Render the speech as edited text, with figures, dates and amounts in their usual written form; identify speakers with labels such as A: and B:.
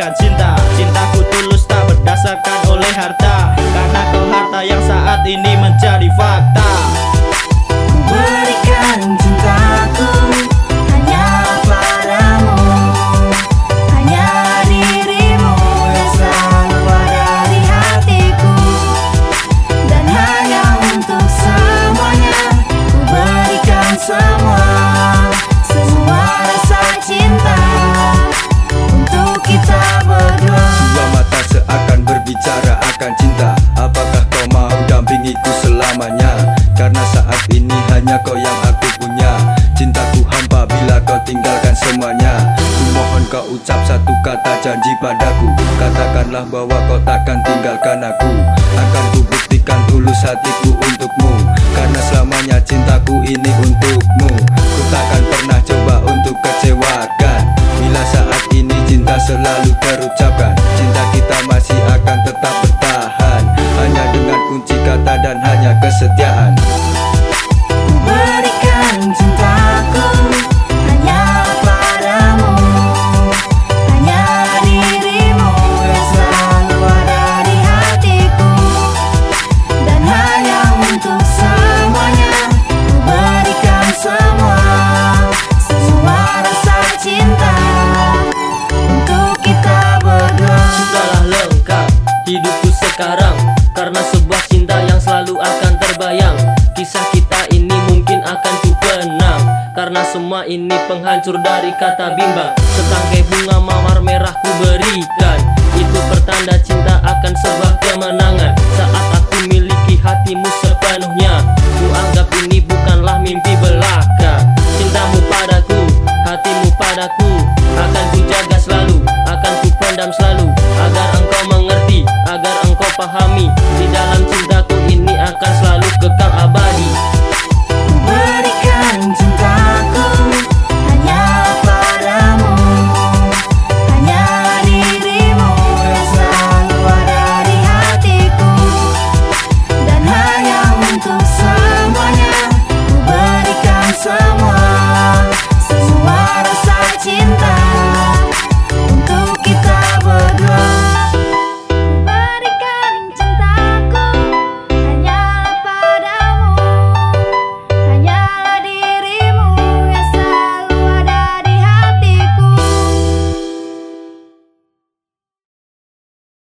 A: akan cinta. Cintaku tulus tak berdasarkan oleh harta, karena kau harta yang saat ini menjadi fakta.
B: Ku berikan cintaku hanya padamu, hanya dirimu yang selalu ada di hatiku, dan hanya untuk semuanya ku berikan semua rasa cinta untuk kita berdua.
C: Dua mata seakan berbicara akan cinta. Apakah kau mau dampingiku selamanya? Karena saat ini hanya kau yang aku punya. Cintaku hampa bila kau tinggalkan semuanya. Ku mohon kau ucap satu kata janji padaku. Katakanlah bahwa kau takkan tinggalkan aku. Akan ku buktikan tulus hatiku untukmu, karena selamanya cintaku ini untukmu. Ku takkan pernah coba untuk kecewakan. Bila saat ini cinta selalu terucapkan, cinta kita masih akan tetap bertahan, hanya dengan kunci kata dan hanya kesetiaan.
B: Ku berikan cintaku hanya padamu, hanya dirimu yang selalu ada di hatiku, dan hanya untuk semuanya ku berikan semua rasa cinta untuk kita berdua.
D: Sudahlah lengkap hidupku sekarang, karena sebuah cinta yang selalu akan terbayang. Kisah kita ini mungkin akan ku kenang, karena semua ini penghancur dari kata bimbang. Setangkai bunga mawar merah ku berikan, itu pertanda cinta akan sebuah kemenangan. Saat aku miliki hatimu sepenuhnya, ku anggap ini bukanlah mimpi belaka. Cintamu padaku, hatimu padaku, akan ku jaga selalu, akan ku pendam selalu, agar engkau mengerti, agar engkau pahami. Di dalam